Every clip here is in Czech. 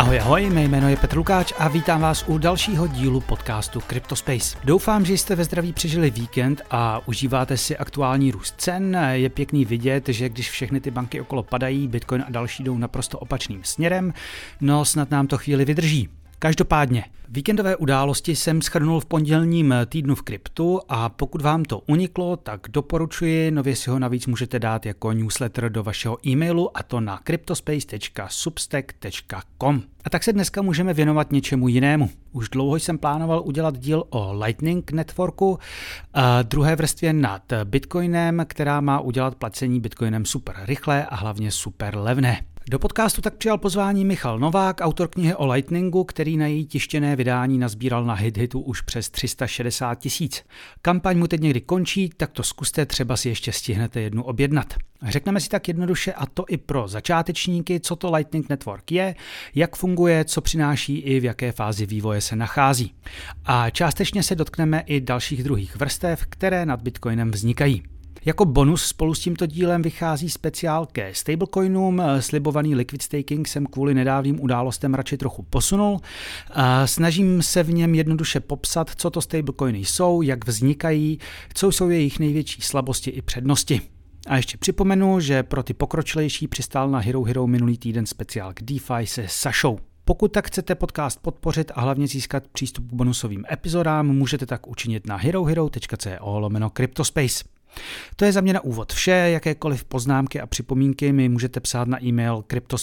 Ahoj, ahoj, mé jméno je Petr Lukáč a vítám vás u dalšího dílu podcastu CryptoSpace. Doufám, že jste ve zdraví přežili víkend a užíváte si aktuální růst cen. Je pěkný vidět, že když všechny ty banky okolo padají, Bitcoin a další jdou naprosto opačným směrem, no snad nám to chvíli vydrží. Každopádně, víkendové události jsem shrnul v pondělním týdnu v kryptu a pokud vám to uniklo, tak doporučuji, nově si ho navíc můžete dát jako newsletter do vašeho e-mailu a to na cryptospace.substack.com. A tak se dneska můžeme věnovat něčemu jinému. Už dlouho jsem plánoval udělat díl o Lightning Networku, druhé vrstvě nad Bitcoinem, která má udělat placení Bitcoinem super rychlé a hlavně super levné. Do podcastu tak přijal pozvání Michal Novák, autor knihy o Lightningu, který na její tištěné vydání nazbíral na HitHitu už přes 360 000. Kampaň mu teď někdy končí, tak to zkuste, třeba si ještě stihnete jednu objednat. Řekneme si tak jednoduše, a to i pro začátečníky, co to Lightning Network je, jak funguje, co přináší i v jaké fázi vývoje se nachází. A částečně se dotkneme i dalších druhých vrstev, které nad Bitcoinem vznikají. Jako bonus spolu s tímto dílem vychází speciál ke stablecoinům. Slibovaný liquid staking jsem kvůli nedávným událostem radši trochu posunul. Snažím se v něm jednoduše popsat, co to stablecoiny jsou, jak vznikají, co jsou jejich největší slabosti i přednosti. A ještě připomenu, že pro ty pokročilejší přistál na Hero Hero minulý týden speciál k DeFi se Sašou. Pokud tak chcete podcast podpořit a hlavně získat přístup k bonusovým epizodám, můžete tak učinit na herohero.co/cryptospace. To je za mě na úvod vše, jakékoliv poznámky a připomínky mi můžete psát na e-mail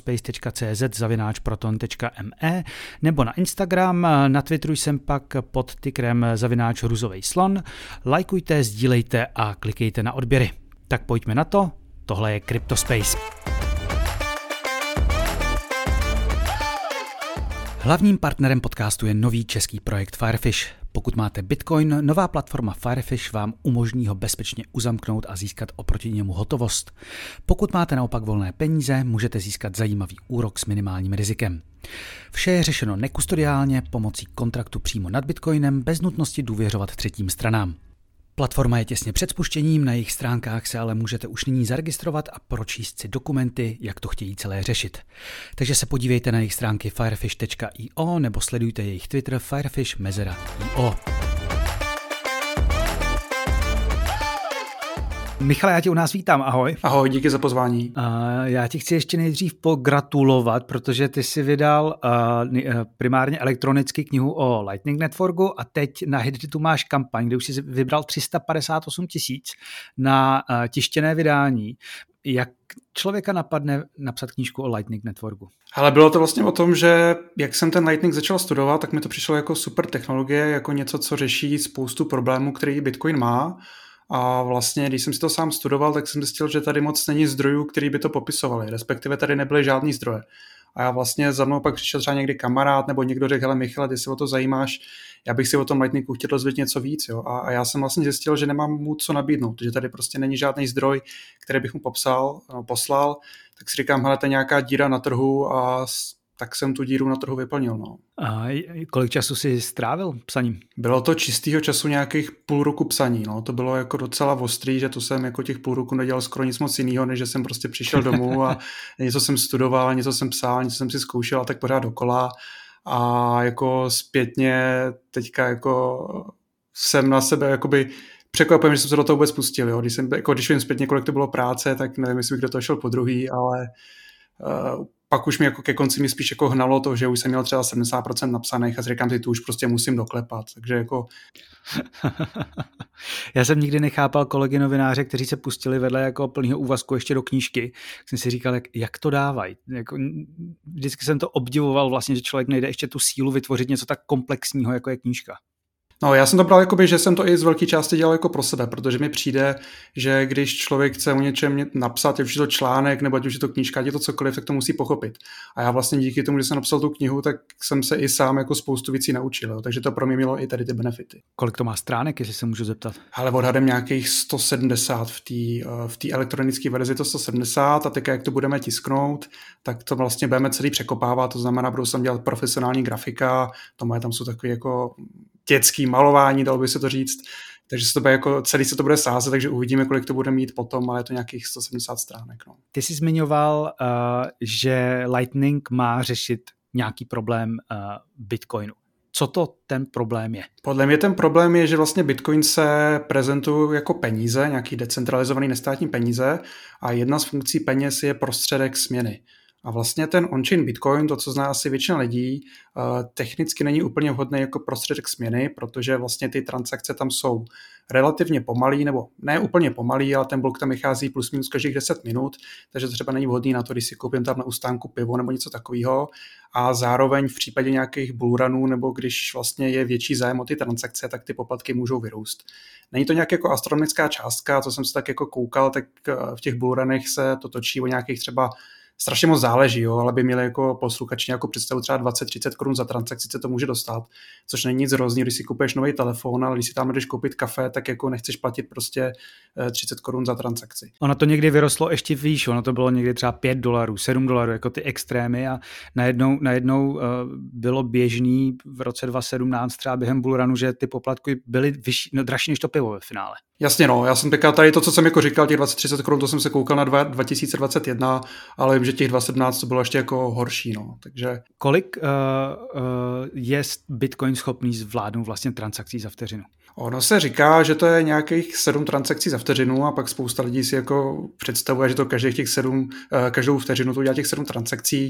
cryptospace.cz@proton.me nebo na Instagram, na Twitteru jsem pak pod tikrem @ruzovejslon. Lajkujte, sdílejte a klikejte na odběry. Tak pojďme na to, tohle je CryptoSpace. Hlavním partnerem podcastu je nový český projekt Firefish. Pokud máte Bitcoin, nová platforma Firefish vám umožní ho bezpečně uzamknout a získat oproti němu hotovost. Pokud máte naopak volné peníze, můžete získat zajímavý úrok s minimálním rizikem. Vše je řešeno nekustodiálně pomocí kontraktu přímo nad Bitcoinem bez nutnosti důvěřovat třetím stranám. Platforma je těsně před spuštěním, na jejich stránkách se ale můžete už nyní zaregistrovat a pročíst si dokumenty, jak to chtějí celé řešit. Takže se podívejte na jejich stránky firefish.io nebo sledujte jejich Twitter firefish_io. Michale, já tě u nás vítám, ahoj. Ahoj, díky za pozvání. Já ti chci ještě nejdřív pogratulovat, protože ty jsi vydal primárně elektronicky knihu o Lightning Networku a teď na HitHitu máš kampaň, kde už jsi vybral 358 000 na tištěné vydání. Jak člověka napadne napsat knížku o Lightning Networku? Ale bylo to vlastně o tom, že jak jsem ten Lightning začal studovat, tak mi to přišlo jako super technologie, jako něco, co řeší spoustu problémů, který Bitcoin má. A vlastně, když jsem si to sám studoval, tak jsem zjistil, že tady moc není zdrojů, který by to popisovali, respektive tady nebyly žádný zdroje. A já vlastně za mnou pak přišel třeba někdy kamarád nebo někdo řekl, hele Michale, ty se o to zajímáš, já bych si o tom Lightningu chtěl dozvědět něco víc. Jo? A já jsem vlastně zjistil, že nemám mu co nabídnout, že tady prostě není žádný zdroj, který bych mu poslal, tak si říkám, hele, to je nějaká díra na trhu a tak jsem tu díru na trhu vyplnil. No. A kolik času jsi strávil psaním? Bylo to čistýho času nějakých půl roku psaní. No. To bylo jako docela ostrý, že to jsem jako těch půl roku nedělal skoro nic moc jiného, než že jsem prostě přišel domů a něco jsem studoval, něco jsem psal, něco jsem si zkoušel a tak pořád dokola. A jako zpětně teďka jako jsem na sebe jakoby překvapen, že jsem se do toho vůbec pustil. Jo. Když vím zpětně, kolik to bylo práce, tak nevím, jestli bych do toho šel po druhý, ale pak už mi jako ke konci mi spíš jako hnalo to, že už jsem měl třeba 70% napsaných a říkám si, tu už prostě musím doklepat. Takže jako... Já jsem nikdy nechápal kolegy novináře, kteří se pustili vedle jako plného úvazku ještě do knížky. Jsem si říkal, jak to dávají. Jako, vždycky jsem to obdivoval vlastně, že člověk najde ještě tu sílu vytvořit něco tak komplexního, jako je knížka. No, já jsem to bral jakoby, že jsem to i z velké části dělal jako pro sebe, protože mi přijde, že když člověk chce o něčem napsat, ať už je to článek, nebo ať už je to knížka, ať je to cokoliv, tak to musí pochopit. A já vlastně díky tomu, že jsem napsal tu knihu, tak jsem se i sám jako spoustu věcí naučil, jo. Takže to pro mě mělo i tady ty benefity. Kolik to má stránek, jestli se můžu zeptat? Ale odhadem nějakých 170 v té elektronické verzi, to 170 a teď jak to budeme tisknout, tak to vlastně budeme celý překopávat, to znamená, budou se dělat profesionální grafika, tam jsou takové jako dětský malování, dalo by se to říct. Takže se to bude jako, celý se to bude sázet, takže uvidíme, kolik to bude mít potom, ale je to nějakých 170 stránek. No. Ty jsi zmiňoval, že Lightning má řešit nějaký problém Bitcoinu. Co to ten problém je? Podle mě ten problém je, že vlastně Bitcoin se prezentuje jako peníze, nějaký decentralizovaný nestátní peníze a jedna z funkcí peněz je prostředek směny. A vlastně ten on-chain Bitcoin, to, co zná asi většina lidí, technicky není úplně vhodný jako prostředek směny, protože vlastně ty transakce tam jsou relativně pomalý, nebo ne úplně pomalý, ale ten blok tam vychází plus minus každých 10 minut, takže třeba není vhodný na to, když si koupím tam na ustánku pivo nebo něco takového. A zároveň v případě nějakých bullrunů nebo když vlastně je větší zájem o ty transakce, tak ty poplatky můžou vyrůst. Není to nějak jako astronomická částka, co jsem se tak jako koukal, tak v těch bullrunech se to točí o nějakých třeba strašně moc záleží, jo, ale by měli jako posluchači nějakou představu třeba 20-30 korun za transakci se to může dostat, což není nic hrozný, když si kupuješ nový telefon, ale když si tam jdeš koupit kafe, tak jako nechceš platit prostě 30 korun za transakci. Ono to někdy vyrostlo ještě výš, ono to bylo někdy třeba $5, $7, jako ty extrémy a najednou bylo běžný v roce 2017 třeba během bullrunu, že ty poplatky byly vyšší, dražší než to pivo ve finále. Jasně, no, já jsem teďka tady to, co jsem jako říkal, těch 20-30 korun, to jsem se koukal na 2021, ale vím, že těch 2017 to bylo ještě jako horší, no, takže... Kolik je Bitcoin schopný zvládnout vlastně transakcí za vteřinu? Ono se říká, že to je nějakých 7 transakcí za vteřinu a pak spousta lidí si jako představuje, že to každou vteřinu to udělá těch 7 transakcí.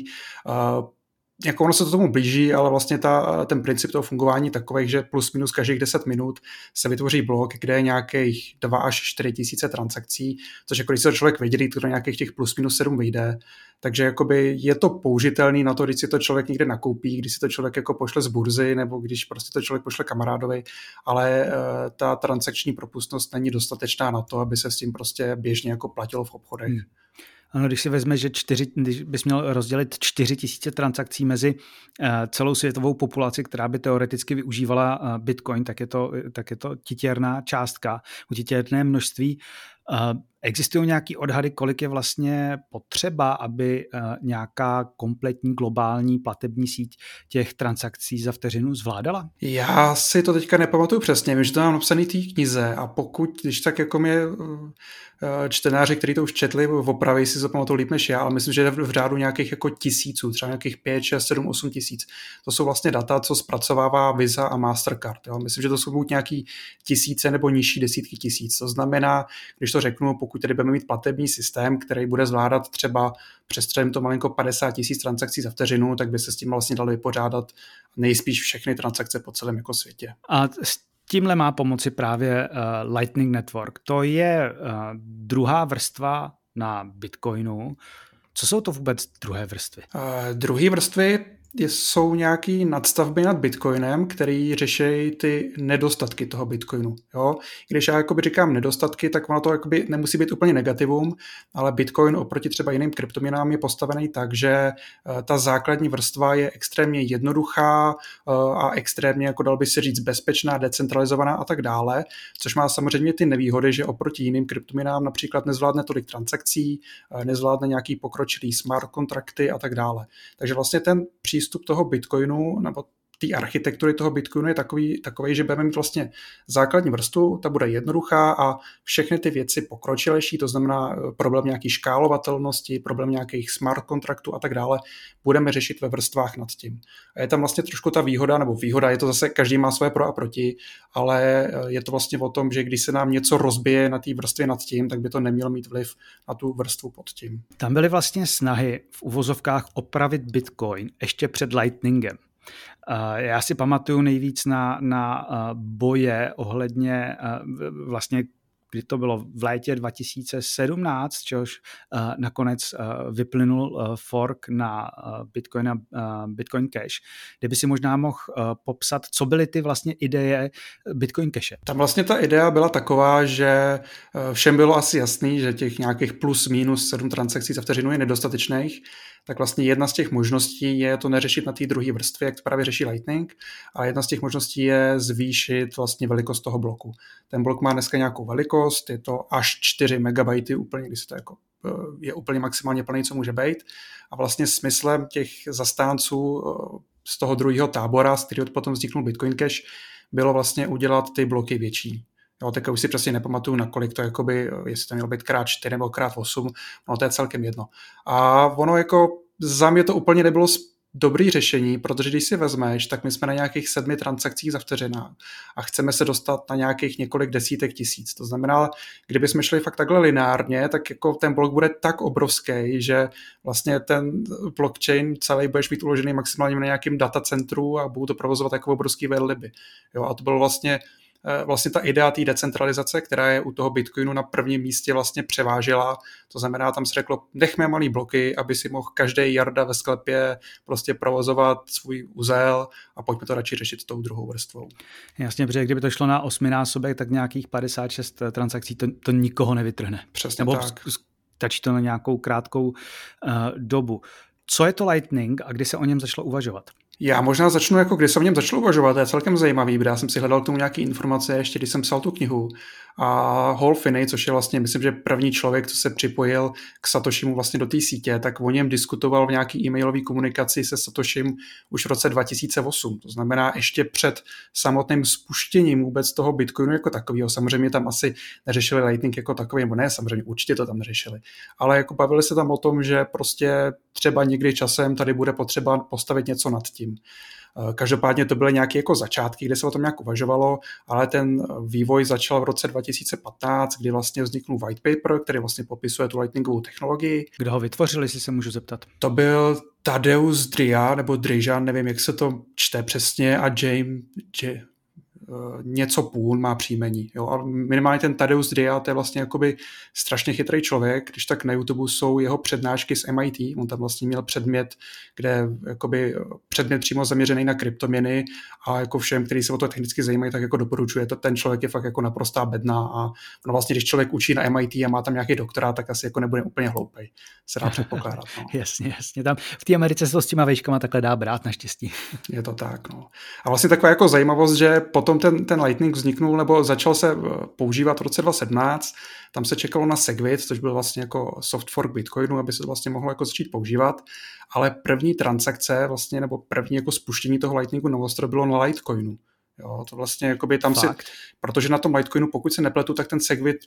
Jako ono se to tomu blíží, ale vlastně ten princip toho fungování takový, že plus minus každých 10 minut se vytvoří blok, kde je nějakých 2 až 4 tisíce transakcí, což jako když se to člověk vydělí, to do nějakých těch plus minus 7 vyjde. Takže jakoby je to použitelný na to, když si to člověk někde nakoupí, když si to člověk jako pošle z burzy, nebo když prostě to člověk pošle kamarádovi, ale ta transakční propustnost není dostatečná na to, aby se s tím prostě běžně jako platilo v obchodech. Ano, když si vezme, že když bys měl rozdělit 4 000 transakcí mezi celou světovou populaci, která by teoreticky využívala Bitcoin, tak je to titěrná částka, titěrné množství. Existují nějaký odhady, kolik je vlastně potřeba, aby nějaká kompletní globální platební síť těch transakcí za vteřinu zvládala? Já si to teďka nepamatuju přesně, vím, že to mám napsaný v té knize a pokud, když tak jako mě čtenáři, kteří to už četli, opraví si to pamatuju líp než já, ale myslím, že je v řádu nějakých jako tisíců, třeba nějakých 5, 6, 7, 8 tisíc. To jsou vlastně data, co zpracovává Visa a Mastercard. Jo? Myslím, že to jsou buď nějaký tisíce nebo nižší desítky tisíc. To znamená, když to řeknu, pokud tedy budeme mít platební systém, který bude zvládat třeba přestřelím to malinko 50 tisíc transakcí za vteřinu, tak by se s tím vlastně dalo vypořádat nejspíš všechny transakce po celém jako světě. A tímhle má pomoci právě Lightning Network. To je druhá vrstva na Bitcoinu. Co jsou to vůbec druhé vrstvy? Druhé vrstvy jsou nějaký nadstavby nad Bitcoinem, který řeší ty nedostatky toho Bitcoinu. Jo? Když já jakoby říkám nedostatky, tak ono to jakoby nemusí být úplně negativum, ale Bitcoin oproti třeba jiným kryptoměnám je postavený tak, že ta základní vrstva je extrémně jednoduchá a extrémně, jako dal by se říct, bezpečná, decentralizovaná a tak dále, což má samozřejmě ty nevýhody, že oproti jiným kryptoměnám například nezvládne tolik transakcí, nezvládne nějaký pokročilý smart kontrakty a tak dále. Takže vlastně ten přístup toho Bitcoinu nebo té architektury toho Bitcoinu je takový, že budeme mít vlastně základní vrstvu, ta bude jednoduchá a všechny ty věci pokročilejší, to znamená problém nějaký škálovatelnosti, problém nějakých smart kontraktů a tak dále, budeme řešit ve vrstvách nad tím. A je tam vlastně trošku ta výhoda, je to zase, každý má své pro a proti, ale je to vlastně o tom, že když se nám něco rozbije na té vrstvě nad tím, tak by to nemělo mít vliv na tu vrstvu pod tím. Tam byly vlastně snahy v uvozovkách opravit Bitcoin ještě před Lightningem. Já si pamatuju nejvíc na boje ohledně vlastně, kdy to bylo v létě 2017, čehož nakonec vyplynul fork na Bitcoin Cash, kde by si možná mohl popsat, co byly ty vlastně ideje Bitcoin Cashe. Tam vlastně ta idea byla taková, že všem bylo asi jasný, že těch nějakých plus minus 7 transakcí za vteřinu je nedostatečných, tak vlastně jedna z těch možností je to neřešit na té druhé vrstvě, jak to právě řeší Lightning, a jedna z těch možností je zvýšit vlastně velikost toho bloku. Ten blok má dneska nějakou velikost, je to až 4 MB úplně, když se to jako je úplně maximálně plný, co může být. A vlastně smyslem těch zastánců z toho druhého tábora, z kterého potom vzniknul Bitcoin Cash, bylo vlastně udělat ty bloky větší. Jo, tak už si přesně nepamatuju, nakolik to jakoby, jestli to mělo být krát 4 nebo krát 8, no to je celkem jedno. A ono jako za mě to úplně nebylo dobrý řešení, protože když si vezmeš, tak my jsme na nějakých 7 transakcích za vteřinu a chceme se dostat na nějakých několik desítek tisíc. To znamená, kdybychom šli fakt takhle lineárně, tak jako ten blok bude tak obrovský, že vlastně ten blockchain celý budeš mít uložený maximálně na nějakým datacentru a budou to provozovat jako obrovský velryby. Jo, a to bylo vlastně ta idea té decentralizace, která je u toho Bitcoinu na prvním místě vlastně převážila. To znamená, tam se řeklo, nechme malý bloky, aby si mohl každý jarda ve sklepě prostě provozovat svůj uzel a pojďme to radši řešit tou druhou vrstvou. Jasně, protože kdyby to šlo na 8násobek, tak nějakých 56 transakcí to nikoho nevytrhne. Přesně nebo tak. Stačí to na nějakou krátkou dobu. Co je to Lightning a kdy se o něm začalo uvažovat? Já možná začnu, jako kdy jsem o něm začal uvažovat, to je celkem zajímavý, protože já jsem si hledal k tomu nějaké informace, ještě když jsem psal tu knihu. A Hal Finney, což je vlastně, myslím, že první člověk, co se připojil k Satoshimu vlastně do té sítě, tak o něm diskutoval v nějaký e-mailové komunikaci se Satoshim už v roce 2008. To znamená ještě před samotným spuštěním vůbec toho Bitcoinu jako takového. Samozřejmě tam asi neřešili Lightning jako takový, nebo ne, samozřejmě určitě to tam neřešili. Ale jako bavili se tam o tom, že prostě třeba někdy časem tady bude potřeba postavit něco nad tím. Každopádně to byly nějaké jako začátky, kde se o tom nějak uvažovalo, ale ten vývoj začal v roce 2015, kdy vlastně vzniknul white paper, který vlastně popisuje tu lightningovou technologii. Kdo ho vytvořil, jestli se můžu zeptat? To byl Tadeusz Dria, nebo Drižan, nevím, jak se to čte přesně, a něco půl má příjmení. Jo? A minimálně ten Tadeusz Dria, to je vlastně jakoby strašně chytrý člověk, když tak na YouTube jsou jeho přednášky z MIT, on tam vlastně měl předmět, kde jakoby předmět přímo zaměřený na kryptoměny a jako všem, kteří se o to technicky zajímají, tak jako doporučuje, ten člověk je fakt jako naprostá bedna a no vlastně, když člověk učí na MIT a má tam nějaký doktorát, tak asi jako nebude úplně hloupej, se dá předpokládat. No. Jasně, tam v té Americe se s těma vejškama takhle dá brát naštěstí. Je to tak, no. A vlastně taková jako zajímavost, že potom ten Lightning vzniknul, nebo začal se používat v roce 2017, tam se čekalo na Segwit, což byl vlastně jako soft fork Bitcoinu, aby se to vlastně mohlo jako začít používat, ale první transakce vlastně, nebo první jako spuštění toho Lightningu na ostro bylo na Litecoinu. Jo, to vlastně jakoby tam protože na tom Litecoinu, pokud se nepletu, tak ten Segwit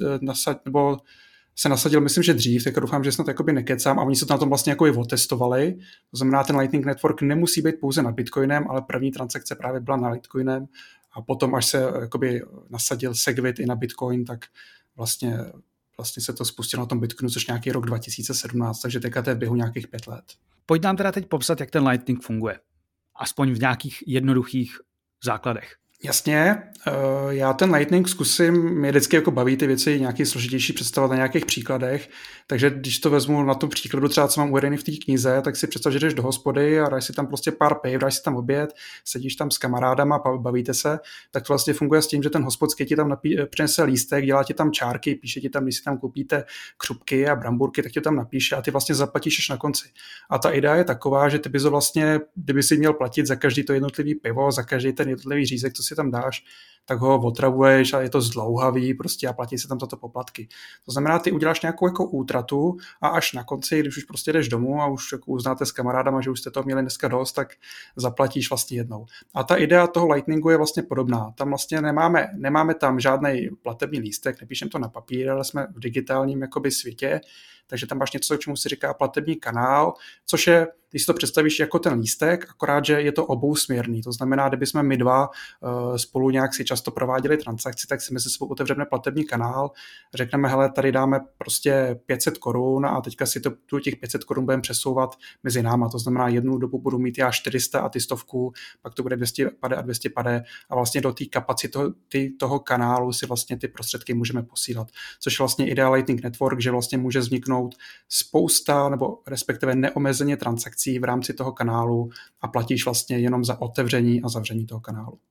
se nasadil, myslím, že dřív, tak doufám, že snad jakoby nekecám a oni se to na tom vlastně jako i otestovali. To znamená, ten Lightning Network nemusí být pouze na Bitcoinem, ale první transakce právě byla na Litecoinem a potom, až se jakoby nasadil Segwit i na Bitcoin, tak vlastně se to spustilo na tom Bitcoinu, což nějaký rok 2017, takže teďka to je v běhu nějakých 5 let. Pojď nám teda teď popsat, jak ten Lightning funguje. Aspoň v nějakých jednoduchých základech. Jasně, já ten Lightning zkusím, mě vždycky jako baví ty věci nějaký složitější představovat na nějakých příkladech, takže když to vezmu na tom příkladu třeba, co mám uvedený v té knize, tak si představ, že jdeš do hospody a dáš si tam prostě pár piv, dáš si tam oběd, sedíš tam s kamarádama, bavíte se, tak to vlastně funguje s tím, že ten hospodský ti tam přinese lístek, dělá ti tam čárky, píše ti tam, když si tam koupíte křupky a bramburky, tak ti tam napíše a ty vlastně zaplatíš až na konci. A ta idea je taková, že ty bys vlastně, kdyby si měl platit za každý to jednotlivý pivo, za každý ten jednotlivý řízek, co si tam dáš, tak ho otravuješ a je to zdlouhavý prostě a platí se tam za to poplatky. To znamená, ty uděláš nějakou jako útratu a až na konci, když už prostě jdeš domů a už jako uznáte s kamarádama, že už jste to měli dneska dost, tak zaplatíš vlastně jednou. A ta idea toho Lightningu je vlastně podobná. Tam vlastně nemáme tam žádný platební lístek, nepíšeme to na papír, ale jsme v digitálním jakoby světě, takže tam máš něco, čemu se říká platební kanál, což je, když si to představíš jako ten lístek, akorát, že je to obousměrný. To znamená, kdybychom my dva spolu nějak si často prováděli transakci, tak si mezi sebou otevřeme platební kanál, řekneme, hele, tady dáme prostě 500 korun a teďka si těch 500 korun budeme přesouvat mezi náma. To znamená, jednu dobu budu mít já 400 a ty 100, pak to bude 200 a 200 a vlastně do té kapacity toho kanálu si vlastně ty prostředky můžeme posílat. Což je vlastně idea Lightning Network, že vlastně může vzniknout spousta nebo respektive neomezeně transakcí v rámci toho kanálu a platíš vlastně jenom za otevření a zavření toho kanálu.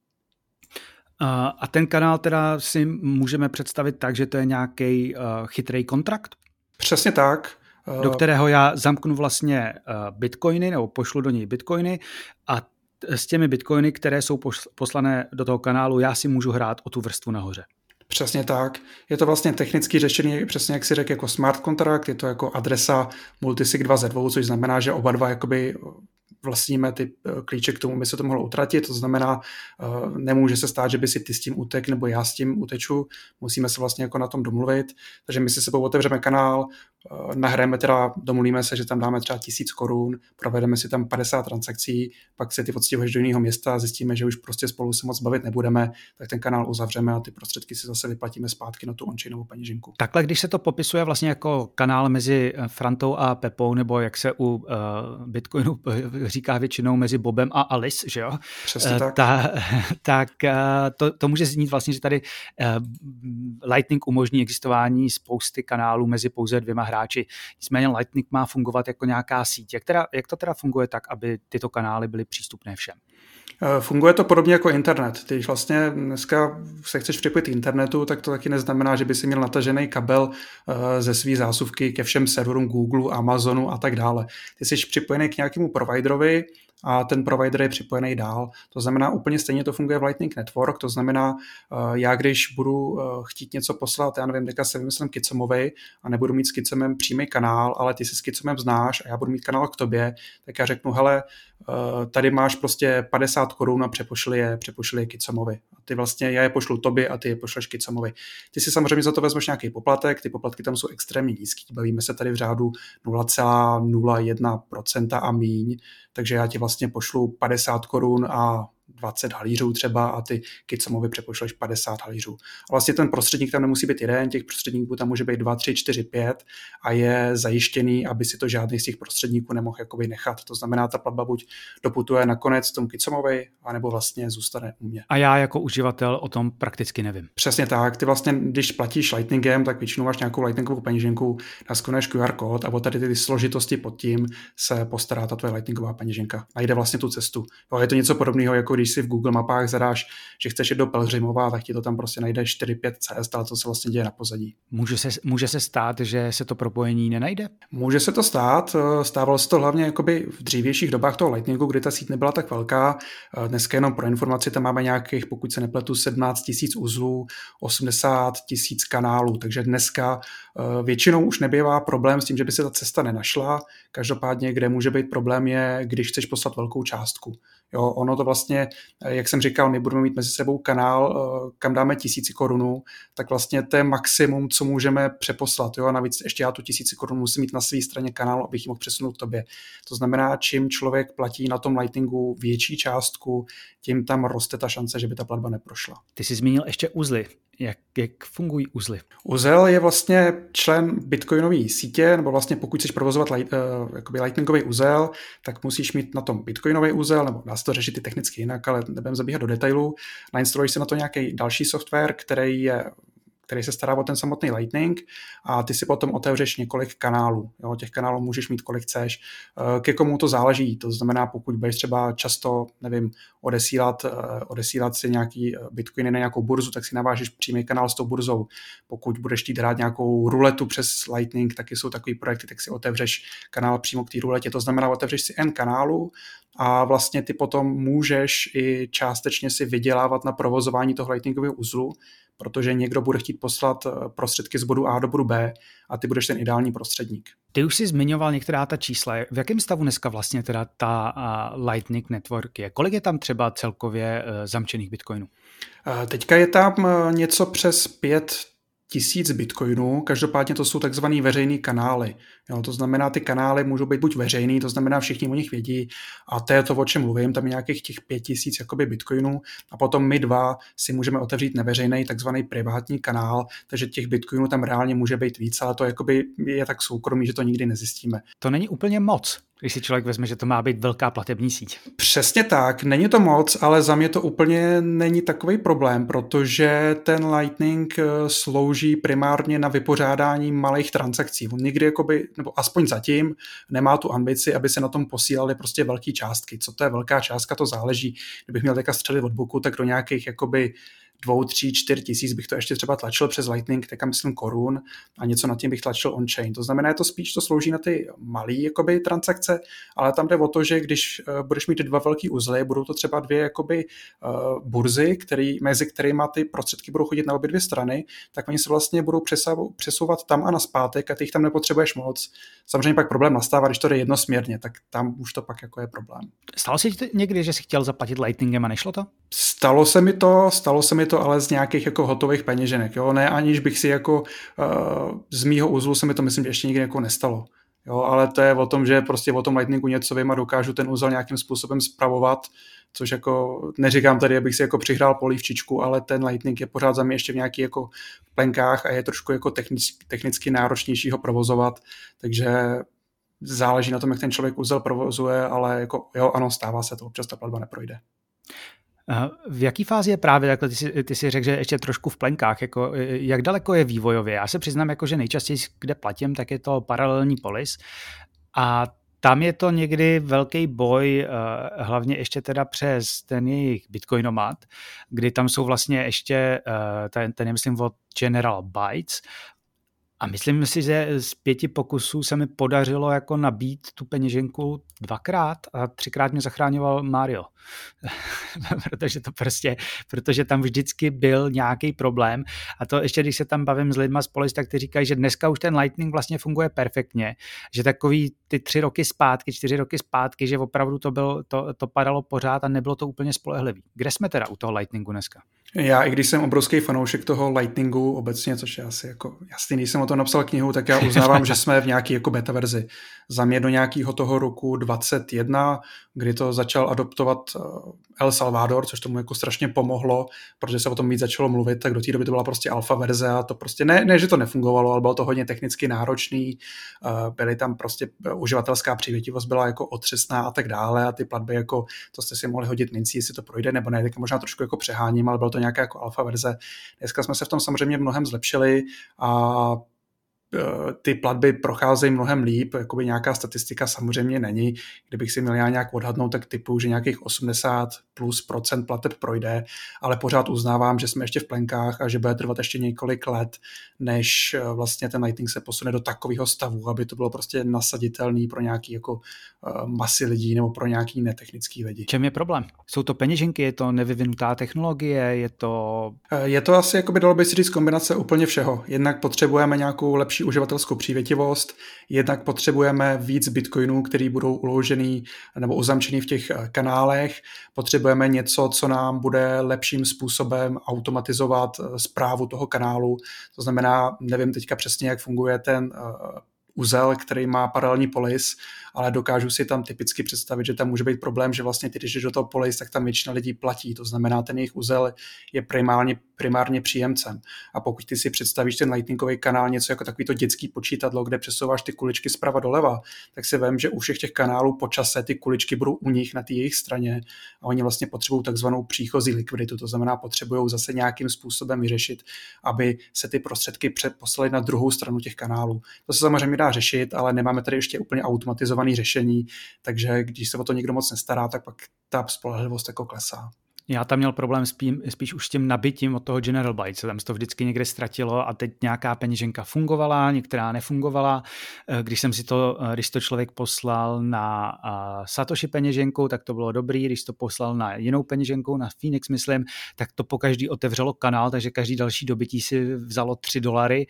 A ten kanál teda si můžeme představit tak, že to je nějaký chytrý kontrakt? Přesně tak. Do kterého já zamknu vlastně bitcoiny nebo pošlu do něj bitcoiny a s těmi bitcoiny, které jsou poslané do toho kanálu, já si můžu hrát o tu vrstvu nahoře. Přesně tak. Je to vlastně technicky řešený, přesně jak si řekl, jako smart contract, je to jako adresa multisig 2 ze 2, což znamená, že oba dva jakoby vlastníme ty klíče k tomu, aby se to mohlo utratit, to znamená, nemůže se stát, že by si ty s tím utek nebo já s tím uteču, musíme se vlastně jako na tom domluvit, takže my si sebou otevřeme kanál, nahrajeme teda, domluvíme se, že tam dáme třeba 1000 korun, provedeme si tam 50 transakcí, pak se ty odstěhuješ do jiného města a zjistíme, že už prostě spolu se moc bavit nebudeme, tak ten kanál uzavřeme a ty prostředky si zase vyplatíme zpátky na tu on-chainovou peněženku. Takhle, když se to popisuje vlastně jako kanál mezi Frantou a Pepou, nebo jak se u Bitcoinu říká většinou mezi Bobem a Alice, že jo? Přesně tak. Tak to může znít vlastně, že tady Lightning umožní existování spousty kanálů mezi pouze dvěma hráči. Nicméně Lightning má fungovat jako nějaká síť. Jak to teda funguje tak, aby tyto kanály byly přístupné všem? Funguje to podobně jako internet. Když vlastně dneska se chceš připojit k internetu, tak to taky neznamená, že by si měl natažený kabel ze své zásuvky ke všem serverům Google, Amazonu a tak dále. Ty jsi připojený k nějakému providerovi a ten provider je připojený dál. To znamená, úplně stejně to funguje v Lightning Network, to znamená, já když budu chtít něco poslat, já nevím, teďka se vymyslím Kicomovi a nebudu mít s Kicomem přímý kanál, ale ty si s Kicomem znáš a já budu mít kanál k tobě, tak já řeknu, hele, tady máš prostě 50 korun a přepošli je Kicomovi. A ty vlastně, já je pošlu tobě a ty je pošleš Kicomovi. Ty si samozřejmě za to vezmeš nějaký poplatek, ty poplatky tam jsou extrémně nízký, bavíme se tady v řádu 0,01% a míň, takže já ti vlastně pošlu 50 korun a 20 halířů třeba a ty Kicomovi přepošleš 50 halířů. A vlastně ten prostředník tam nemusí být jeden, těch prostředníků tam může být 2, 3, 4, 5 a je zajištěný, aby si to žádný z těch prostředníků nemohl jakoby nechat. To znamená, ta platba buď doputuje nakonec tomu Kicomovi, anebo vlastně zůstane u mě. A já jako uživatel o tom prakticky nevím. Přesně tak. Ty vlastně, když platíš Lightningem, tak většinou máš nějakou Lightningovou peněženku, naskenuješ QR kód a o tady ty složitosti pod tím se postará ta tvoje Lightningová peněženka. Najde vlastně tu cestu. Jo, je to něco podobného, jako když si v Google mapách zadáš, že chceš jít do Pelhřimova, tak ti to tam prostě najde 4-5 cest, ale to se vlastně děje na pozadí. Může se stát, že se to propojení nenajde? Může se to stát. Stávalo se to hlavně jakoby v dřívějších dobách toho Lightningu, kdy ta síť nebyla tak velká. Dneska jenom pro informaci tam máme nějakých, pokud se nepletu, 17 000 uzlů, 80 000 kanálů, takže dneska většinou už nebývá problém s tím, že by se ta cesta nenašla. Každopádně, kde může být problém je, když chceš poslat velkou částku. Jo, ono to vlastně, jak jsem říkal, my budeme mít mezi sebou kanál, kam dáme 1000 korun, tak vlastně to je maximum, co můžeme přeposlat. Jo? A navíc ještě já tu 1000 korun musím mít na své straně kanálu, abych ji mohl přesunout tobě. To znamená, čím člověk platí na tom Lightningu větší částku, tím tam roste ta šance, že by ta platba neprošla. Ty jsi zmínil ještě uzly. Jak fungují uzly? Uzel je vlastně člen bitcoinové sítě, nebo vlastně pokud chceš provozovat lightningový uzel, tak musíš mít na tom bitcoinový uzel, nebo dá se to řešit i technicky jinak, ale nebudeme zabíhat do detailů. Nainstaluješ si na to nějaký další software, který se stará o ten samotný Lightning a ty si potom otevřeš několik kanálů. Jo, těch kanálů můžeš mít kolik chceš. Ke komu to záleží. To znamená, pokud budeš třeba často, nevím, odesílat si nějaký bitcoiny na nějakou burzu, tak si navážeš přímý kanál s tou burzou. Pokud budeš chtít hrát nějakou ruletu přes Lightning, taky jsou takový projekty, tak si otevřeš kanál přímo k té ruletě. To znamená, otevřeš si N kanálů a vlastně ty potom můžeš i částečně si vydělávat na provozování toho Lightningového uzlu, protože někdo bude chtít poslat prostředky z bodu A do bodu B a ty budeš ten ideální prostředník. Ty už jsi zmiňoval některá ta čísla. V jakém stavu dneska vlastně teda ta Lightning Network je? Kolik je tam třeba celkově zamčených bitcoinů? Teďka je tam něco přes 5000 bitcoinů, každopádně to jsou takzvaný veřejný kanály. Jo, to znamená, ty kanály můžou být buď veřejný, to znamená všichni o nich vědí a to je to, o čem mluvím, tam je nějakých těch 5000 jakoby bitcoinů a potom my dva si můžeme otevřít neveřejný, takzvaný privátní kanál, takže těch bitcoinů tam reálně může být víc, ale to jakoby je tak soukromý, že to nikdy nezjistíme. To není úplně moc, když si člověk vezme, že to má být velká platební síť. Přesně tak, není to moc, ale za mě to úplně není takový problém, protože ten Lightning slouží primárně na vypořádání malých transakcí. On nikdy jakoby, nebo aspoň zatím, nemá tu ambici, aby se na tom posílali prostě velké částky. Co to je velká částka, to záleží. Kdybych měl teďka střelit od boku, tak do nějakých jakoby 2, 3, 4 tisíc bych to ještě třeba tlačil přes Lightning, teďka myslím korun a něco nad tím bych tlačil on-chain. To znamená, to spíš to slouží na ty malé jakoby transakce, ale tam jde o to, že když budeš mít 2 velký uzly, budou to třeba 2 jakoby burzy, mezi kterými ty prostředky budou chodit na obě dvě strany, tak oni se vlastně budou přesouvat tam a nazpátek a ty jich tam nepotřebuješ moc. Samozřejmě pak problém nastává, když to jde jednosměrně, tak tam už to pak jako je problém. Stalo se ti někdy, že jsi chtěl zaplatit Lightningem a nešlo to? Stalo se mi to ale z nějakých jako hotových peněženek, jo, ne aniž bych si jako z mýho uzlu se mi to myslím, že ještě nikdy jako nestalo. Jo, ale to je o tom, že prostě o tom Lightningu něco vím a dokážu ten úzel nějakým způsobem spravovat, což jako neříkám tady, abych si jako přihrál polívčičku, ale ten Lightning je pořád za mě ještě v nějakých jako plenkách a je trošku jako technicky náročnější ho provozovat, takže záleží na tom, jak ten člověk úzel provozuje, ale jako jo, ano, stává se to, občas ta platba neprojde. V jaký fázi je právě takhle, ty si řekl, že ještě trošku v plenkách, jako, jak daleko je vývojově? Já se přiznám, jako, že nejčastěji, kde platím, tak je to paralelní polis a tam je to někdy velký boj, hlavně ještě teda přes ten jejich Bitcoinomat, kdy tam jsou vlastně ještě, ten je myslím od General Bytes, a myslím si, že z 5 pokusů se mi podařilo jako nabít tu peněženku 2krát a 3krát mě zachráňoval Mario. protože tam vždycky byl nějaký problém. A to ještě, když se tam bavím s lidma z Polis, tak ty říkají, že dneska už ten Lightning vlastně funguje perfektně. Že takový ty 3 roky zpátky, 4 roky zpátky, že opravdu to padalo pořád a nebylo to úplně spolehlivý. Kde jsme teda u toho Lightningu dneska? Já, i když jsem obrovský fanoušek toho Lightningu obecně, což je asi jako jasný, když jsem o tom napsal knihu, tak já uznávám, že jsme v nějaký jako beta verzi. Za mě do nějakého toho roku 2021, kdy to začal adoptovat El Salvador, což tomu jako strašně pomohlo, protože se o tom víc začalo mluvit, tak do té doby to byla prostě alfa verze a to prostě ne, že to nefungovalo, ale bylo to hodně technicky náročný, byly tam prostě uživatelská přívětivost byla jako otřesná a tak dále a ty platby jako, to jste si mohli hodit mincí, jestli to projde nebo ne, tak možná trošku jako přeháním, ale bylo to nějaká jako alfa verze. Dneska jsme se v tom samozřejmě mnohem zlepšili a ty platby procházejí mnohem líp, jakoby nějaká statistika samozřejmě není. Kdybych si měl nějak odhadnout, tak typu, že nějakých 80+% plateb projde, ale pořád uznávám, že jsme ještě v plenkách a že bude trvat ještě několik let, než vlastně ten Lightning se posune do takového stavu, aby to bylo prostě nasaditelný pro nějaký jako masy lidí nebo pro nějaký netechnický lidi. Čem je problém? Jsou to peněženky, je to nevyvinutá technologie, je to... Je to asi, jakoby dalo by si říct, kombinace úplně všeho. Jednak potřebujeme nějakou lepší uživatelskou přívětivost, jednak potřebujeme víc bitcoinů, který budou uložený nebo uzamčený v těch kanálech, potřebujeme něco, co nám bude lepším způsobem automatizovat správu toho kanálu, to znamená, nevím teďka přesně, jak funguje ten uzel, který má paralelní polis, ale dokážu si tam typicky představit, že tam může být problém, že vlastně ty, když jdeš do toho polis, tak tam většina lidí platí, to znamená, ten jejich uzel je primárně příjemcem. A pokud ty si představíš ten Lightningový kanál, něco jako takový to dětský počítadlo, kde přesouváš ty kuličky zprava doleva, tak si vem, že u všech těch kanálů po čase ty kuličky budou u nich na té jejich straně a oni vlastně potřebují takzvanou příchozí likviditu, to znamená, potřebují zase nějakým způsobem vyřešit, aby se ty prostředky poslaly na druhou stranu těch kanálů. To se samozřejmě dá řešit, ale nemáme tady ještě úplně automatizované řešení, takže když se o to někdo moc nestará, tak pak ta spolehlivost jako klesá. Já tam měl problém spíš už s tím nabitím od toho General Bytes, tam se to vždycky někde ztratilo a teď nějaká peněženka fungovala, některá nefungovala. Když to člověk poslal na Satoshi peněženku, tak to bylo dobrý, když to poslal na jinou peněženku, na Phoenix myslím, tak to pokaždý otevřelo kanál, takže každý další dobytí si vzalo $3.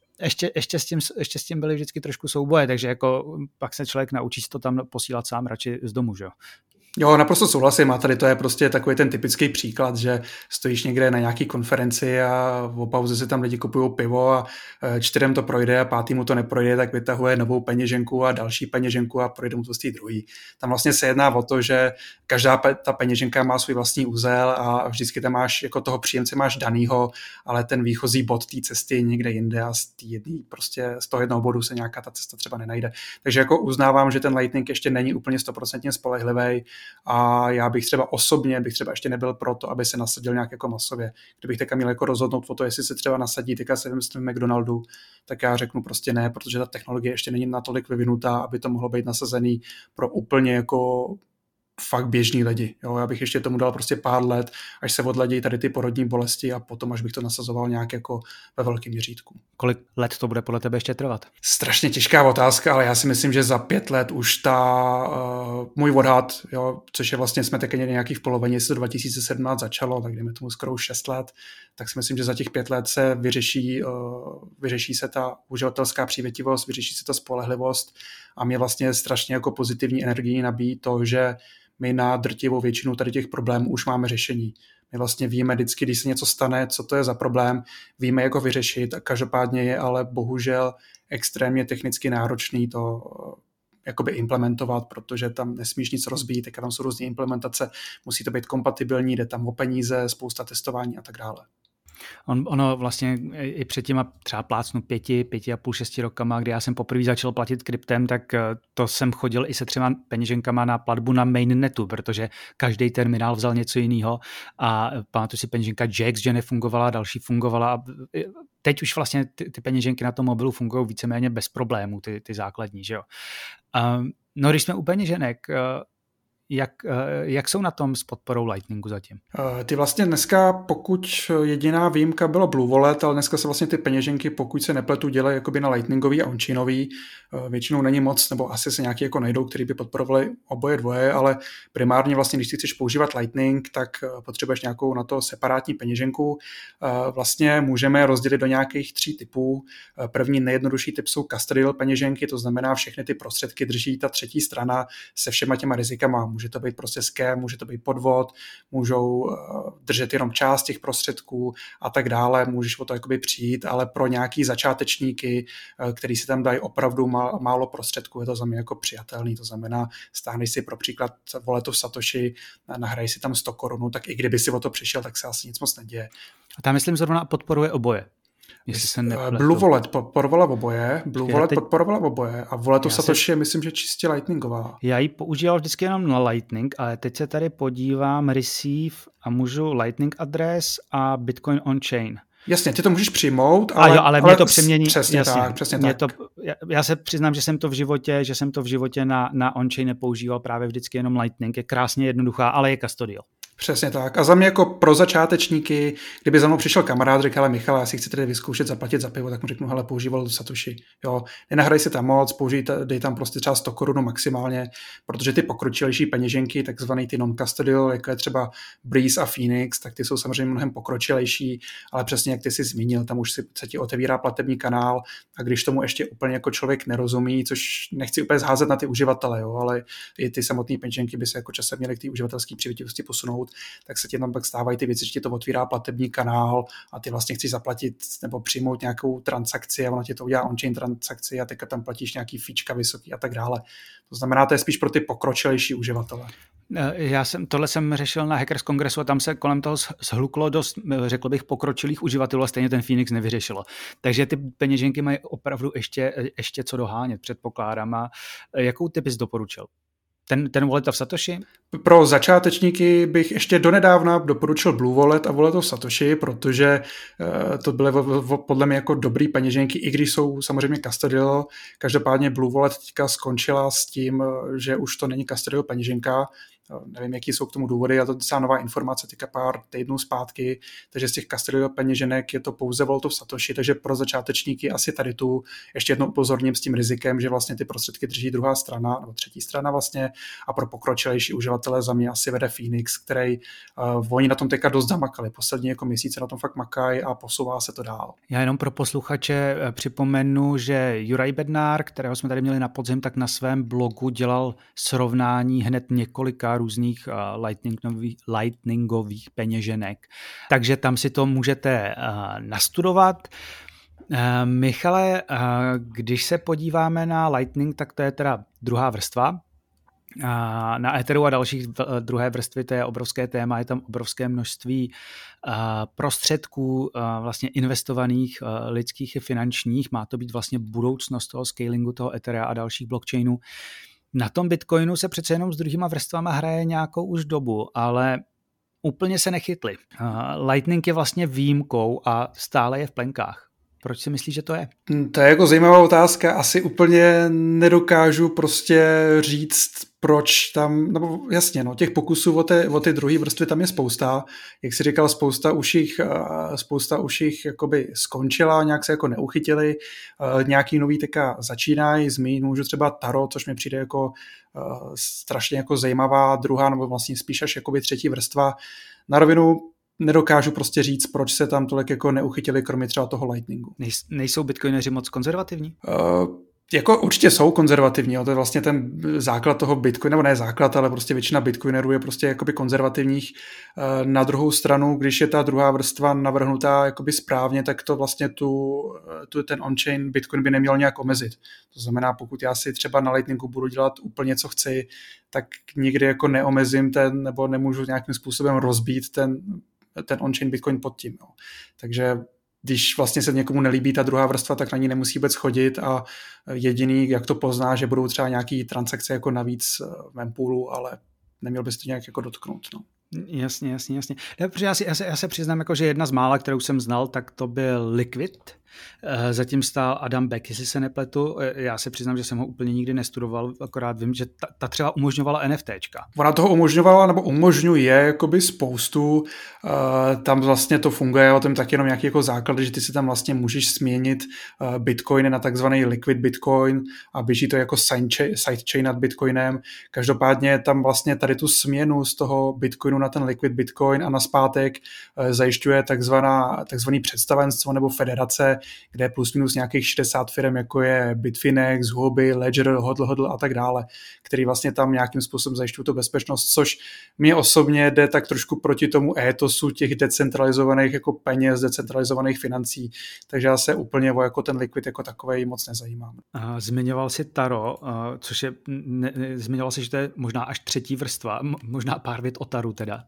Ještě s tím byly vždycky trošku souboje, takže jako pak se člověk naučí to tam posílat sám radši z domu, že jo? Jo, naprosto souhlasím a tady to je prostě takový ten typický příklad, že stojíš někde na nějaký konferenci a v pauze si tam lidi kupují pivo a 4 to projde a 5 to neprojde, tak vytahuje novou peněženku a další peněženku a projde mu to z té druhý. Tam vlastně se jedná o to, že každá ta peněženka má svůj vlastní úzel a vždycky tam máš, jako toho příjemce máš danýho, ale ten výchozí bod té cesty je někde jinde a z toho jednoho bodu se nějaká ta cesta třeba nenajde. Takže jako uznávám, že ten Lightning ještě není úplně 100% spolehlivý. A já bych třeba osobně ještě nebyl pro to, aby se nasadil nějak jako masově. Kdybych teďka měl jako rozhodnout o to, jestli se třeba nasadí, teďka se vymyslím McDonaldu, tak já řeknu prostě ne, protože ta technologie ještě není natolik vyvinutá, aby to mohlo být nasazený pro úplně jako fakt běžný lidi. Jo, já bych ještě tomu dal prostě pár let, až se odladějí tady ty porodní bolesti a potom, až bych to nasazoval nějak jako ve velkém měřítku. Kolik let to bude podle tebe ještě trvat? Strašně těžká otázka, ale já si myslím, že za 5 let už můj odhad, jo, což je vlastně, jsme teď nějaký v polovině, jestli to 2017 začalo, tak jdeme tomu skoro 6 let, tak si myslím, že za těch 5 let se vyřeší se ta uživatelská přívětivost, vyřeší se ta spolehlivost a mě vlastně strašně jako pozitivní energii nabíjí to, že my na drtivou většinu tady těch problémů už máme řešení. My vlastně víme vždycky, když se něco stane, co to je za problém, víme, jak ho vyřešit a každopádně je ale bohužel extrémně technicky náročný to jakoby implementovat, protože tam nesmíš nic rozbít, tak tam jsou různé implementace, musí to být kompatibilní, jde tam o peníze, spousta testování a tak dále. Ono vlastně i před těma třeba plácnu 5,5, 6 rokama, kdy já jsem poprvé začal platit kryptem, tak to jsem chodil i se 3 peněženkama na platbu na mainnetu, protože každý terminál vzal něco jiného a pamatuju si peněženka Jax, že nefungovala, další fungovala a teď už vlastně ty peněženky na tom mobilu fungují víceméně bez problémů, ty základní, že jo. No když jsme u peněženek, jak jsou na tom s podporou Lightningu zatím? Ty vlastně dneska, pokud jediná výjimka bylo Blue Wallet, ale dneska se vlastně ty peněženky, pokud se nepletu, dělají jakoby na Lightningový a on-chainový. Většinou není moc, nebo asi se nějaký jako najdou, který by podporovali oboje dvoje, ale primárně vlastně, když si chceš používat Lightning, tak potřebuješ nějakou na to separátní peněženku. Vlastně můžeme rozdělit do nějakých 3 typů. První nejjednodušší typ jsou custodial peněženky, to znamená všechny ty prostředky drží ta třetí strana se všema těma rizikama. Může to být prostě scam, může to být podvod, můžou držet jenom část těch prostředků a tak dále, můžeš o to jakoby přijít, ale pro nějaký začátečníky, který si tam dají opravdu málo prostředků, je to za mě jako přijatelný, to znamená, stáhneš si pro příklad walletu v Satoshi, nahraj si tam 100 korun, tak i kdyby si o to přišel, tak se asi nic moc neděje. A tam myslím zrovna podporuje oboje. Blue Wallet podporovala oboje a Walletu Satoshi je myslím, že čistě Lightningová. Já ji používal vždycky jenom na Lightning, ale teď se tady podívám receive a můžu Lightning address a Bitcoin on-chain. Jasně, ty to můžeš přijmout, ale mě to přemění. Přesně tak. Já se přiznám, že jsem to v životě na on-chain nepoužíval, právě vždycky jenom Lightning. Je krásně jednoduchá, ale je custodial. Přesně tak. A za mě jako pro začátečníky, kdyby za mnou přišel kamarád, říkal, Michal, já si chci tedy vyzkoušet zaplatit za pivo, tak mu řeknu, hele, používal Satoshi. Jo, nenahraj si tam moc, dej tam prostě třeba 100 korun maximálně, protože ty pokročilejší peněženky, takzvaný ty non-custodial, jako je třeba Breeze a Phoenix, tak ty jsou samozřejmě mnohem pokročilejší, ale přesně jak ty jsi zmínil, tam už se ti otevírá platební kanál a když tomu ještě úplně jako člověk nerozumí, což nechci úplně zházet na ty uživatele, jo, ale i ty samotné peněženky by se jako časem měly k té uživatelské přívětivosti posunout, tak se ti tam pak stávají ty věci, že ti to otvírá platební kanál a ty vlastně chceš zaplatit nebo přijmout nějakou transakci a ono ti to udělá on-chain transakci a teďka tam platíš nějaký fíčka vysoký a tak dále. To znamená, to je spíš pro ty pokročilejší uživatele. Tohle jsem řešil na Hackers Kongresu a tam se kolem toho shluklo dost, řekl bych, pokročilých uživatelů a stejně ten Phoenix nevyřešilo. Takže ty peněženky mají opravdu ještě co dohánět, předpokládám. A jakou ty bys doporučil? Ten wallet v Satoshi? Pro začátečníky bych ještě donedávna doporučil Blue Wallet a Wallet v Satoshi, protože to byly podle mě jako dobrý peněženky, i když jsou samozřejmě custodial. Každopádně Blue Wallet teďka skončila s tím, že už to není custodial peněženka. Nevím, jaký jsou k tomu důvody, a to je docela nová informace, teďka pár týdnů zpátky, takže z těch custodial peněženek je to pouze Wallet v Satoshi, takže pro začátečníky asi tady tu ještě jednou upozorním s tím rizikem, že vlastně ty prostředky drží druhá strana, nebo třetí strana vlastně, a pro pokročilejší uživatele za mě asi vede Phoenix, který oni na tom teďka dost zamakali, poslední jako měsíce na tom fakt makají a posouvá se to dál. Já jenom pro posluchače připomenu, že Juraj Bednár, kterého jsme tady měli na podzim, tak na svém blogu dělal srovnání hned několika různých lightningových peněženek. Takže tam si to můžete nastudovat. Michale, když se podíváme na Lightning, tak to je teda druhá vrstva. Na Etheru a dalších druhé vrstvy to je obrovské téma, je tam obrovské množství prostředků vlastně investovaných lidských i finančních. Má to být vlastně budoucnost toho scalingu, toho Ethera a dalších blockchainů. Na tom Bitcoinu se přece jenom s druhýma vrstvama hraje nějakou už dobu, ale úplně se nechytli. Lightning je vlastně výjimkou a stále je v plenkách. Proč si myslíš, že to je? To je jako zajímavá otázka. Asi úplně nedokážu prostě říct, proč tam, nebo jasně, no, těch pokusů o ty druhé vrstvy tam je spousta. Jak jsi říkal, spousta už jich jakoby skončila, nějak se jako neuchytili. Nějaký nový teka začínají, můžu třeba Taro, což mi přijde jako strašně jako zajímavá druhá, nebo vlastně spíš až jakoby třetí vrstva. Na rovinu nedokážu prostě říct, proč se tam tolik jako neuchytili, kromě třeba toho Lightningu. Nejsou bitcoineři moc konzervativní? Jako určitě jsou konzervativní, jo. To je vlastně ten základ toho Bitcoinu, nebo ne základ, ale prostě většina Bitcoinerů je prostě jakoby konzervativních. Na druhou stranu, když je ta druhá vrstva navrhnutá jakoby správně, tak to vlastně ten on-chain Bitcoin by neměl nějak omezit. To znamená, pokud já si třeba na Lightningu budu dělat úplně co chci, tak nikdy jako neomezím nebo nemůžu nějakým způsobem rozbít ten on-chain Bitcoin pod tím. Jo. Takže když vlastně se někomu nelíbí ta druhá vrstva, tak na ní nemusí vůbec chodit a jediný, jak to pozná, že budou třeba nějaký transakce jako navíc v mempoolu, ale neměl bys to nějak jako dotknout. No. Jasně. Ne, protože já se přiznám, jako, že jedna z mála, kterou jsem znal, tak to byl Liquid. Zatím stál Adam Back, jestli se nepletu. Já se přiznám, že jsem ho úplně nikdy nestudoval, akorát vím, že ta třeba umožňovala NFTčka. Ona toho umožňovala, nebo umožňuje jakoby spoustu. Tam vlastně to funguje, o tom tak jenom nějaký jako základ, že ty si tam vlastně můžeš směnit Bitcoin na takzvaný Liquid Bitcoin a běží to jako sidechain nad Bitcoinem. Každopádně tam vlastně tady tu směnu z toho Bitcoinu na ten Liquid Bitcoin a naspátek zajišťuje takzvaný představenstvo nebo federace, kde je plus minus nějakých 60 firm, jako je Bitfinex, Huobi, Ledger, Hodl a tak dále, který vlastně tam nějakým způsobem zajišťují tu bezpečnost, což mě osobně jde tak trošku proti tomu étosu těch decentralizovaných jako peněz, decentralizovaných financí, takže já se úplně o jako ten Liquid jako takovej moc nezajímám. Zmiňoval si Taro, což je, zmiňoval si, že to je možná až třetí vrstva, možná pár vět o Taru teda.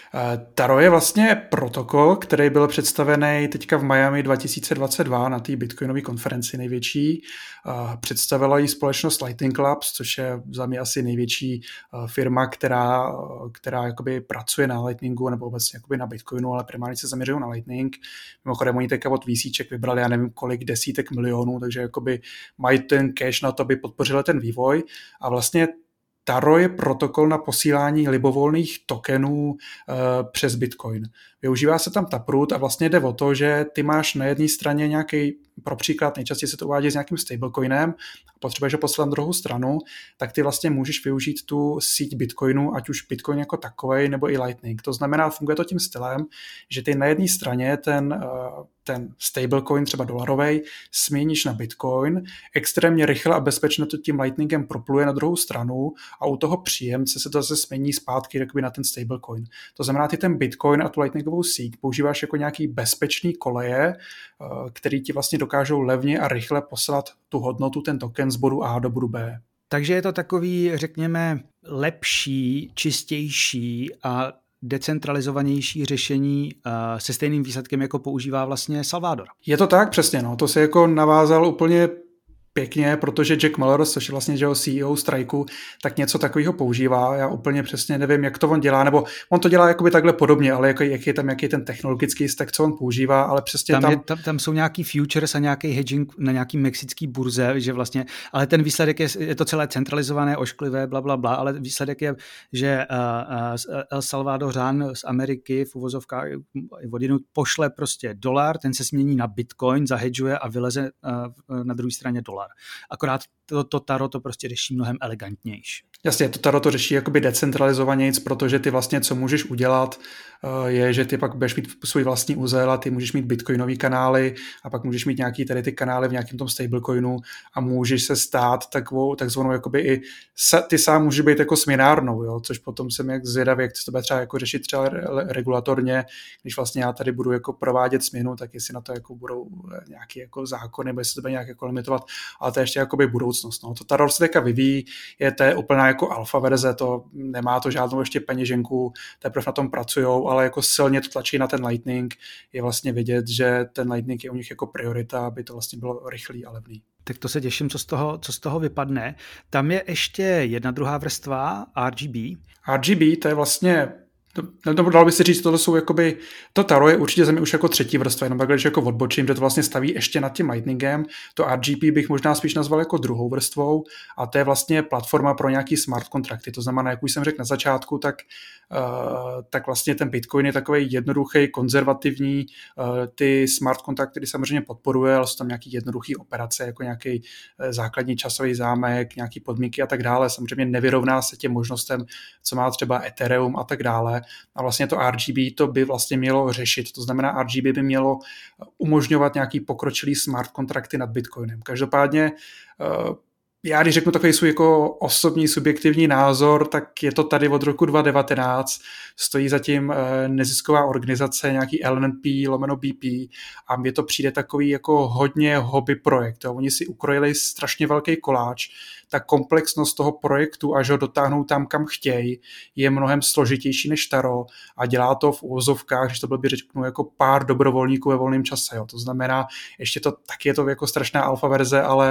Taro je vlastně protokol, který byl představený teďka v Miami 2022 na té bitcoinové konferenci největší. Představila ji společnost Lightning Labs, což je za mě asi největší firma, která jakoby pracuje na Lightningu nebo obecně jakoby na Bitcoinu, ale primárně se zaměřují na Lightning. Mimochodem oni teďka od VCček vybrali, já nevím kolik desítek milionů, takže jakoby mají ten cash na to, aby podpořili ten vývoj a vlastně Taro je protokol na posílání libovolných tokenů přes Bitcoin. Využívá se tam Taproot a vlastně jde o to, že ty máš na jedné straně nějaký, pro příklad nejčastěji se to uvádí s nějakým stablecoinem a potřebuješ ho poslat na druhou stranu, tak ty vlastně můžeš využít tu síť Bitcoinu, ať už Bitcoin jako takovej nebo i Lightning. To znamená, funguje to tím stylem, že ty na jedné straně ten stablecoin, třeba dolarovej, směníš na Bitcoin, extrémně rychle a bezpečně to tím Lightningem propluje na druhou stranu a u toho příjemce se to zase smění zpátky na ten stablecoin. To znamená, ty ten Bitcoin a tu Lightningovou síť používáš jako nějaký bezpečný koleje, který ti vlastně dokážou levně a rychle poslat tu hodnotu, ten token z bodu A do bodu B. Takže je to takový, řekněme, lepší, čistější a decentralizovanější řešení se stejným výsledkem, jako používá vlastně Salvador. Je to tak, přesně. No. To se jako navázal úplně pěkně, protože Jack Mallers, což je vlastně CEO Strikeu, tak něco takového používá. Já úplně přesně nevím, jak to on dělá, nebo on to dělá jakoby takhle podobně, ale jaký je ten technologický stack, co on používá, ale přesně tam jsou nějaký futures a nějaký hedging na nějaký mexický burze, že vlastně, ale ten výsledek je to celé centralizované, ošklivé, blablabla, ale výsledek je, že El Salvadoran z Ameriky v uvozovkách odjinud pošle prostě dolar, ten se změní na Bitcoin, zahedžuje a vyleze na druhé straně dolar. Akorát to Taro to prostě řeší mnohem elegantnější. Jasně, to Taro to řeší jakoby decentralizovanějc, protože ty vlastně, co můžeš udělat, je, že ty pak budeš mít svůj vlastní uzel a ty můžeš mít bitcoinový kanály a pak můžeš mít nějaký tady ty kanály v nějakém tom stablecoinu a můžeš se stát takzvanou jakoby i ty sám můžeš být jako směnárnou, jo, což potom jsem jak zvědavý, jak to bude třeba jako řešit třeba regulatorně, když vlastně já tady budu jako provádět směnu, tak jestli na to jako budou nějaký jako zákony, nebo jestli to bude nějak jako limitovat, ale to je ještě jakoby budoucnost. No. To Taro se teďka vyvíjí, to je úplná jako alfa verze, to nemá to žádnou ještě peněženku, teprve na tom pracujou, ale jako silně to tlačí na ten Lightning, je vlastně vidět, že ten Lightning je u nich jako priorita, aby to vlastně bylo rychlý a levný. Tak to se těším, co z toho vypadne. Tam je ještě jedna druhá vrstva, RGB. RGB, to je vlastně dalo by se říct, tohle jsou jakoby, to Taro je určitě za mě už jako třetí vrstva, jenom takhle, když jako odbočím, že to vlastně staví ještě nad tím Lightningem, to RGB bych možná spíš nazval jako druhou vrstvou a to je vlastně platforma pro nějaký smart kontrakty, to znamená, jak už jsem řekl na začátku, tak vlastně ten Bitcoin je takový jednoduchý, konzervativní, ty smart kontrakty samozřejmě podporuje, ale jsou tam nějaký jednoduchý operace, jako nějaký základní časový zámek, nějaký podmínky a tak dále, samozřejmě nevyrovná se těm možnostem, co má třeba Ethereum a tak dále, a vlastně to RGB to by vlastně mělo řešit. To znamená, RGB by mělo umožňovat nějaký pokročilý smart kontrakty nad Bitcoinem. Každopádně já když řeknu takový svůj jako osobní subjektivní názor, tak je to tady od roku 2019, stojí zatím nezisková organizace, nějaký LNP/BP a mně to přijde takový jako hodně hobby projekt. Jo. Oni si ukrojili strašně velký koláč, ta komplexnost toho projektu, až ho dotáhnou tam, kam chtějí, je mnohem složitější než Taro a dělá to v uvozovkách, když to byl by řeknu jako pár dobrovolníků ve volném čase. Jo. To znamená, ještě to taky je to jako strašná alfa verze, ale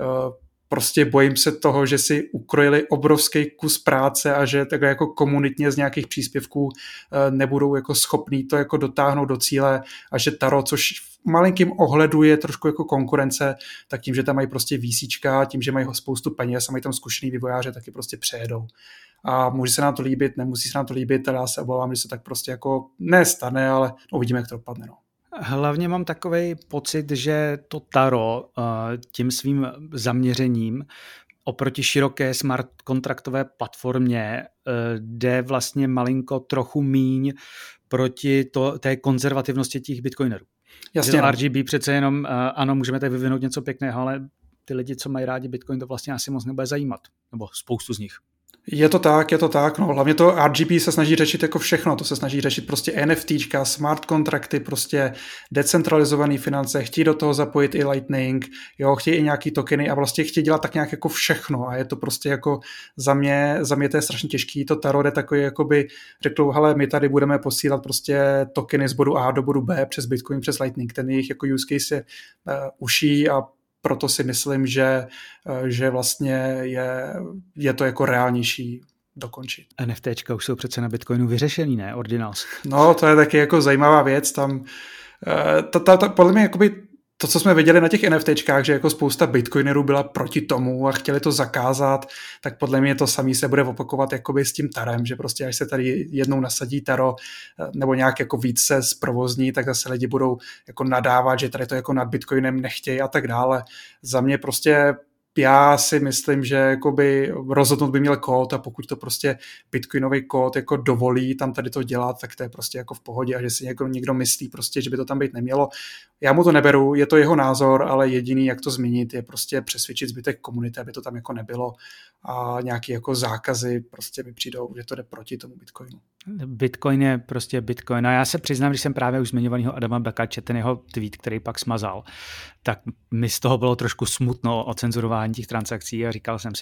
prostě bojím se toho, že si ukrojili obrovský kus práce a že takhle jako komunitně z nějakých příspěvků nebudou jako schopní to jako dotáhnout do cíle a že Taro, což v malinkým ohledu je trošku jako konkurence, tak tím, že tam mají prostě VCčka, tím, že mají spoustu peněz a mají tam zkušený vývojáře, taky prostě přejedou. A může se nám to líbit, nemusí se nám to líbit, ale já se obávám, že se tak prostě jako nestane, ale uvidíme, jak to dopadne. No. Hlavně mám takový pocit, že to Taro tím svým zaměřením oproti široké smart kontraktové platformě jde vlastně malinko trochu míň proti té konzervativnosti těch bitcoinerů. Jasně. RGB přece jenom, ano, můžeme tady vyvinout něco pěkného, ale ty lidi, co mají rádi bitcoin, to vlastně asi moc nebude zajímat. Nebo spoustu z nich. Je to tak, no. Hlavně to RGB se snaží řešit jako všechno, to se snaží řešit prostě NFTčka, smart kontrakty, prostě decentralizované finance, chtějí do toho zapojit i Lightning, jo, chtějí i nějaký tokeny a vlastně chtějí dělat tak nějak jako všechno a je to prostě jako za mě to je strašně těžký, to Taro je takový jakoby řekl, hele, my tady budeme posílat prostě tokeny z bodu A do bodu B přes Bitcoin, přes Lightning, ten jejich jako use case je uší a proto si myslím, že vlastně je to jako reálnější dokončit. NFTčka už jsou přece na Bitcoinu vyřešený, ne? Ordinals. No, to je taky jako zajímavá věc. Tam, podle mě jakoby to, co jsme viděli na těch NFTčkách, že jako spousta bitcoinerů byla proti tomu a chtěli to zakázat, tak podle mě to samý se bude opakovat jakoby s tím Tarem, že prostě až se tady jednou nasadí Taro nebo nějak jako víc se zprovozní, tak zase lidi budou jako nadávat, že tady to jako nad bitcoinem nechtějí a tak dále. Za mě prostě já si myslím, že jakoby rozhodnout by měl kód a pokud to prostě bitcoinový kód jako dovolí tam tady to dělat, tak to je prostě jako v pohodě a že si někdo myslí prostě, že by to tam být nemělo. Já mu to neberu, je to jeho názor, ale jediný, jak to změnit, je prostě přesvědčit zbytek komunity, aby to tam jako nebylo a nějaký jako zákazy prostě mi přijdou, že to jde proti tomu Bitcoinu. Bitcoin je prostě Bitcoin. A já se přiznám, když jsem právě už zmiňovanýho Adama Becka četl ten jeho tweet, který pak smazal, tak mi z toho bylo trošku smutno o cenzurování těch transakcí a říkal jsem si,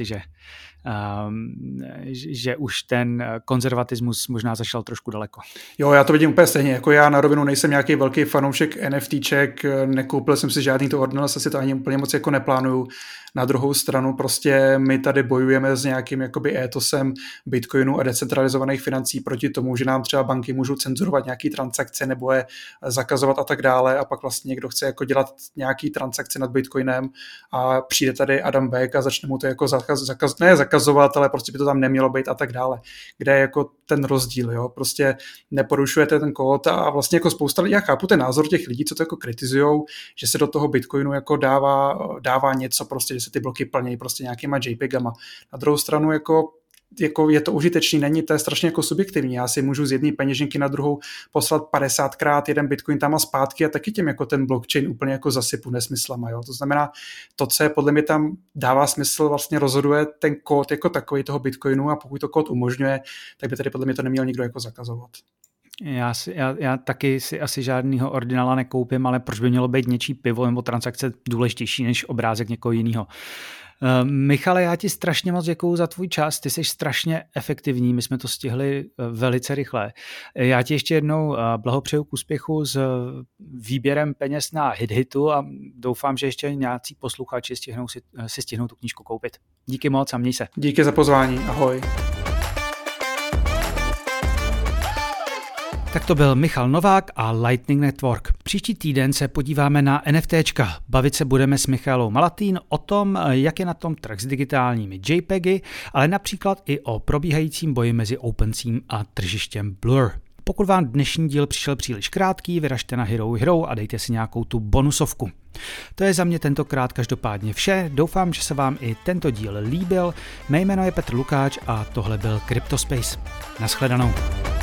že už ten konzervatismus možná zašel trošku daleko. Jo, já to vidím úplně stejně. Jako já na rovinu nejsem nějaký velký fanoušek NFTček, nekoupil jsem si žádný to Ordinals, asi to ani úplně moc jako neplánuju. Na druhou stranu prostě my tady bojujeme s nějakým jakoby étosem Bitcoinu a decentralizovaných financí proti tomu, že nám třeba banky můžou cenzurovat nějaký transakce nebo je zakazovat a tak dále a pak vlastně někdo chce jako dělat nějaký transakce nad Bitcoinem a přijde tady Adam Beck a začne mu to jako zakazovat, ale prostě by to tam nemělo být a tak dále. Kde je jako ten rozdíl, jo? Prostě neporušujete ten kód a vlastně jako spousta lidí, já chápu ten názor těch lidí, co to jako kritizujou, že se do toho Bitcoinu jako dává něco prostě, že se ty bloky plnějí prostě nějakýma JPEGama. Na druhou stranu jako je to užitečný, není to je strašně jako subjektivní. Já si můžu z jedné peněženky na druhou poslat 50krát jeden bitcoin tam a zpátky a taky tím jako ten blockchain úplně jako zasypu nesmyslama. Jo? To znamená, to, co je podle mě tam dává smysl, vlastně rozhoduje ten kód jako takový toho bitcoinu a pokud to kód umožňuje, tak by tady podle mě to neměl nikdo jako zakazovat. Já taky si asi žádného ordinala nekoupím, ale proč by mělo být něčí pivo nebo transakce důležitější než obrázek někoho jiného. Michale, já ti strašně moc děkuju za tvůj čas, ty jsi strašně efektivní, my jsme to stihli velice rychle. Já ti ještě jednou blahopřeju k úspěchu s výběrem peněz na HitHitu a doufám, že ještě nějací posluchači stihnou tu knížku koupit. Díky moc a měj se. Díky za pozvání, ahoj. Tak to byl Michal Novák a Lightning Network. Příští týden se podíváme na NFTčka. Bavit se budeme s Michalou Malatín o tom, jak je na tom trh s digitálními JPEGy, ale například i o probíhajícím boji mezi OpenSea a tržištěm Blur. Pokud vám dnešní díl přišel příliš krátký, vyražte na Hero a dejte si nějakou tu bonusovku. To je za mě tentokrát každopádně vše. Doufám, že se vám i tento díl líbil. Mé jméno je Petr Lukáč a tohle byl CryptoSpace. Naschledanou.